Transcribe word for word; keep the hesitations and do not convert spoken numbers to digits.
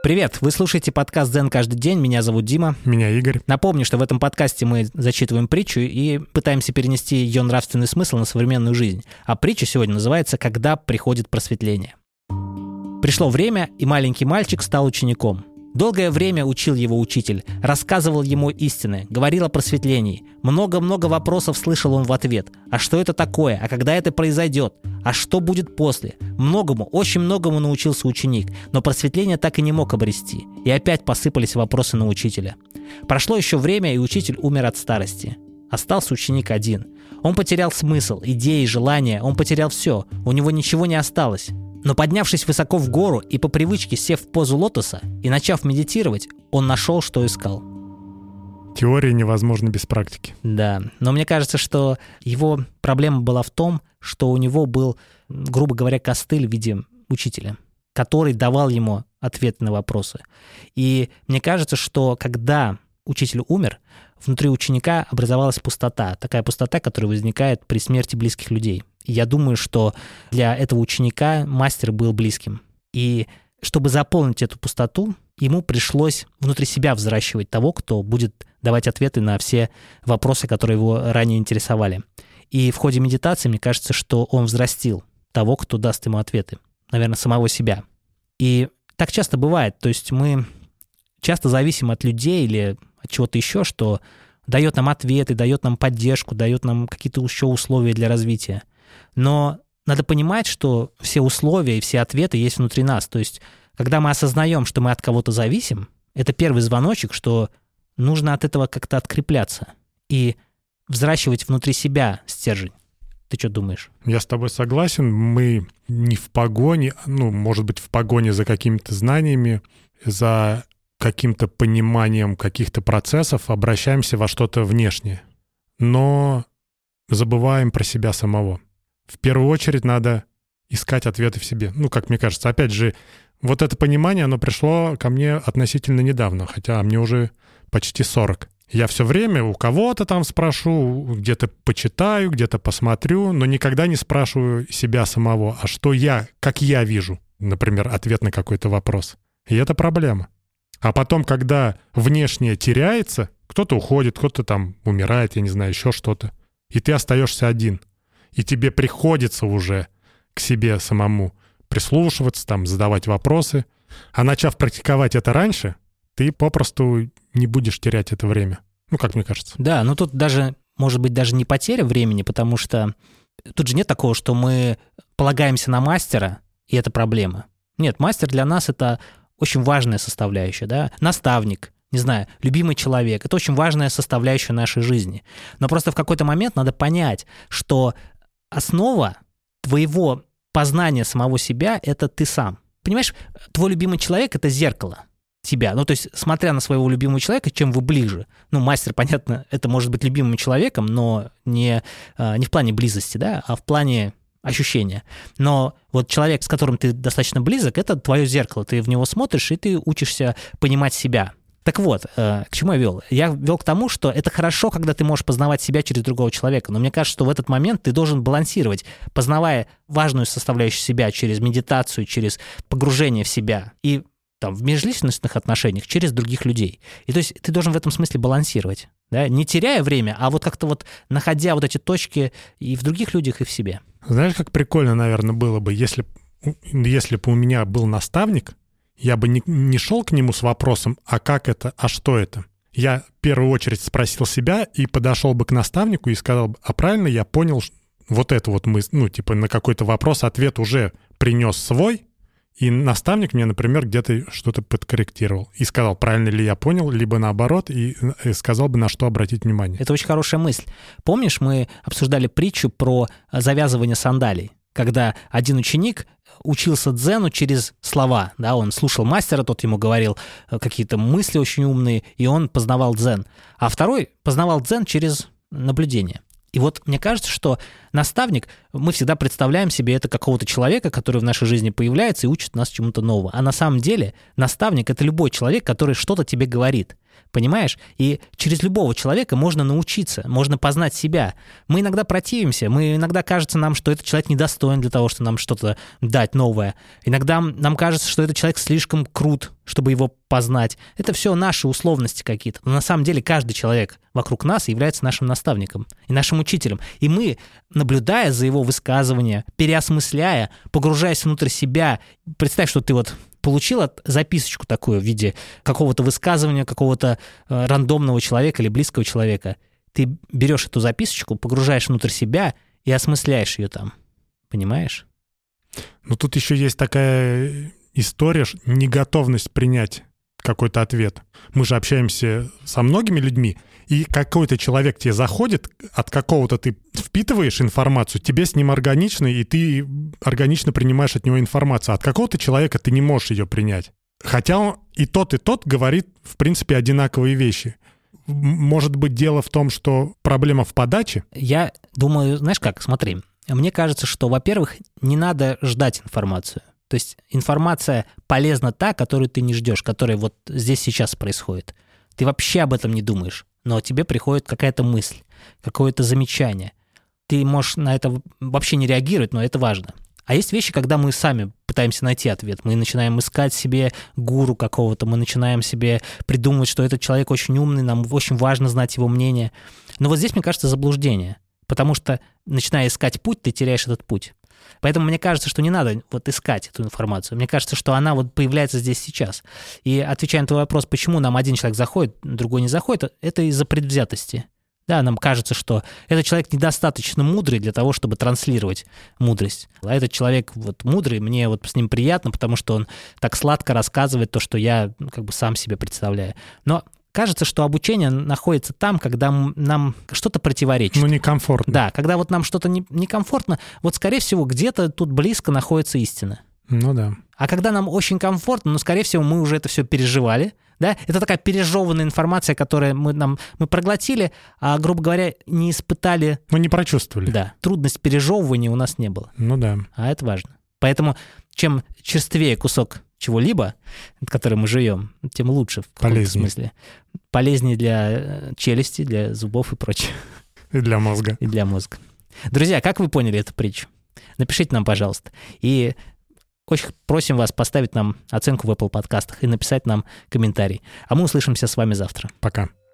Привет! Вы слушаете подкаст «Дзен каждый день». Меня зовут Дима. Меня Игорь. Напомню, что в этом подкасте мы зачитываем притчу и пытаемся перенести ее нравственный смысл на современную жизнь. А притча сегодня называется «Когда приходит просветление». Пришло время, и маленький мальчик стал учеником. Долгое время учил его учитель, рассказывал ему истины, говорил о просветлении. Много-много вопросов слышал он в ответ. А что это такое? А когда это произойдет? А что будет после? Многому, очень многому научился ученик, но просветление так и не мог обрести. И опять посыпались вопросы на учителя. Прошло еще время, и учитель умер от старости. Остался ученик один. Он потерял смысл, идеи, желания, он потерял все. У него ничего не осталось. Но поднявшись высоко в гору и по привычке сев в позу лотоса и начав медитировать, он нашел, что искал. Теория невозможна без практики. Да, но мне кажется, что его проблема была в том, что у него был, грубо говоря, костыль в виде учителя, который давал ему ответы на вопросы. И мне кажется, что когда учитель умер, внутри ученика образовалась пустота, такая пустота, которая возникает при смерти близких людей. И я думаю, что для этого ученика мастер был близким. И чтобы заполнить эту пустоту, ему пришлось внутри себя взращивать того, кто будет давать ответы на все вопросы, которые его ранее интересовали. И в ходе медитации, мне кажется, что он взрастил того, кто даст ему ответы. Наверное, самого себя. И так часто бывает. То есть мы часто зависим от людей или от чего-то еще, что дает нам ответы, дает нам поддержку, дает нам какие-то еще условия для развития. Но надо понимать, что все условия и все ответы есть внутри нас. То есть, когда мы осознаем, что мы от кого-то зависим, это первый звоночек, что нужно от этого как-то открепляться и взращивать внутри себя стержень. Ты что думаешь? Я с тобой согласен. Мы не в погоне, ну, может быть, в погоне за какими-то знаниями, за каким-то пониманием каких-то процессов обращаемся во что-то внешнее. Но забываем про себя самого. В первую очередь надо искать ответы в себе. Ну, как мне кажется, опять же, вот это понимание, оно пришло ко мне относительно недавно, хотя мне уже почти сорок. Я все время у кого-то там спрошу, где-то почитаю, где-то посмотрю, но никогда не спрашиваю себя самого, а что я, как я вижу, например, ответ на какой-то вопрос. И это проблема. А потом, когда внешнее теряется, кто-то уходит, кто-то там умирает, я не знаю, еще что-то, и ты остаешься один. И тебе приходится уже к себе самому прислушиваться, там, задавать вопросы. А начав практиковать это раньше, ты попросту не будешь терять это время. Ну, как мне кажется. Да, но тут даже, может быть, даже не потеря времени, потому что тут же нет такого, что мы полагаемся на мастера, и это проблема. Нет, мастер для нас — это очень важная составляющая, да, наставник, не знаю, любимый человек. Это очень важная составляющая нашей жизни. Но просто в какой-то момент надо понять, что основа твоего познания самого себя — это ты сам. Понимаешь, твой любимый человек — это зеркало тебя. Ну, то есть, смотря на своего любимого человека, чем вы ближе. Ну, мастер, понятно, это может быть любимым человеком, но не, не в плане близости, да, а в плане ощущения. Но вот человек, с которым ты достаточно близок, это твое зеркало. Ты в него смотришь, и ты учишься понимать себя. Так вот, э, к чему я вел? Я вел к тому, что это хорошо, когда ты можешь познавать себя через другого человека, но мне кажется, что в этот момент ты должен балансировать, познавая важную составляющую себя через медитацию, через погружение в себя и там, в межличностных отношениях через других людей. И то есть ты должен в этом смысле балансировать, да? Не теряя время, а вот как-то вот находя вот эти точки и в других людях, и в себе. Знаешь, как прикольно, наверное, было бы, если, если бы у меня был наставник, я бы не, не шел к нему с вопросом, а как это, а что это? Я в первую очередь спросил себя и подошел бы к наставнику и сказал бы, а правильно я понял вот это вот мысль, ну, типа на какой-то вопрос ответ уже принес свой, и наставник мне, например, где-то что-то подкорректировал и сказал, правильно ли я понял, либо наоборот, и, и сказал бы, на что обратить внимание. Это очень хорошая мысль. Помнишь, мы обсуждали притчу про завязывание сандалий, когда один ученик учился дзену через слова, да, он слушал мастера, тот ему говорил какие-то мысли очень умные, и он познавал дзен. А второй познавал дзен через наблюдение. И вот мне кажется, что наставник, мы всегда представляем себе это какого-то человека, который в нашей жизни появляется и учит нас чему-то новому. А на самом деле наставник — это любой человек, который что-то тебе говорит. Понимаешь? И через любого человека можно научиться, можно познать себя. Мы иногда противимся, мы иногда кажется нам, что этот человек недостоин для того, чтобы нам что-то дать новое. Иногда нам кажется, что этот человек слишком крут, чтобы его познать. Это все наши условности какие-то. Но на самом деле каждый человек вокруг нас является нашим наставником и нашим учителем. И мы, наблюдая за его высказывания, переосмысляя, погружаясь внутрь себя, представь, что ты вот получила записочку такую в виде какого-то высказывания, какого-то э, рандомного человека или близкого человека. Ты берешь эту записочку, погружаешь внутрь себя и осмысляешь ее там. Понимаешь? Но тут еще есть такая история, неготовность принять какой-то ответ. Мы же общаемся со многими людьми, и какой-то человек тебе заходит, от какого-то ты впитываешь информацию, тебе с ним органично, и ты органично принимаешь от него информацию. От какого-то человека ты не можешь ее принять. Хотя он и тот, и тот говорит, в принципе, одинаковые вещи. Может быть, дело в том, что проблема в подаче? Я думаю, знаешь как, смотри, мне кажется, что, во-первых, не надо ждать информацию. То есть информация полезна та, которую ты не ждешь, которая вот здесь сейчас происходит. Ты вообще об этом не думаешь, но тебе приходит какая-то мысль, какое-то замечание. Ты можешь на это вообще не реагировать, но это важно. А есть вещи, когда мы сами пытаемся найти ответ. Мы начинаем искать себе гуру какого-то, мы начинаем себе придумывать, что этот человек очень умный, нам очень важно знать его мнение. Но вот здесь, мне кажется, заблуждение, потому что, начиная искать путь, ты теряешь этот путь. Поэтому мне кажется, что не надо вот искать эту информацию. Мне кажется, что она вот появляется здесь сейчас. И отвечая на твой вопрос, почему нам один человек заходит, другой не заходит, это из-за предвзятости. Да, нам кажется, что этот человек недостаточно мудрый для того, чтобы транслировать мудрость. А этот человек вот мудрый, мне вот с ним приятно, потому что он так сладко рассказывает то, что я как бы сам себе представляю. Но кажется, что обучение находится там, когда нам что-то противоречит. Ну, некомфортно. Да, когда вот нам что-то не, некомфортно, вот, скорее всего, где-то тут близко находится истина. Ну да. А когда нам очень комфортно, ну, скорее всего, мы уже это все переживали, да? Это такая пережеванная информация, которую мы, нам, мы проглотили, а, грубо говоря, не испытали... Мы не прочувствовали. Да, трудность пережевывания у нас не было. Ну да. А это важно. Поэтому чем черствее кусок чего-либо, в котором мы живем, тем лучше в каком-то Полезнее. смысле. Полезнее для челюсти, для зубов и прочее. И для мозга. И для мозга. Друзья, как вы поняли эту притчу? Напишите нам, пожалуйста. И очень просим вас поставить нам оценку в Apple подкастах и написать нам комментарий. А мы услышимся с вами завтра. Пока.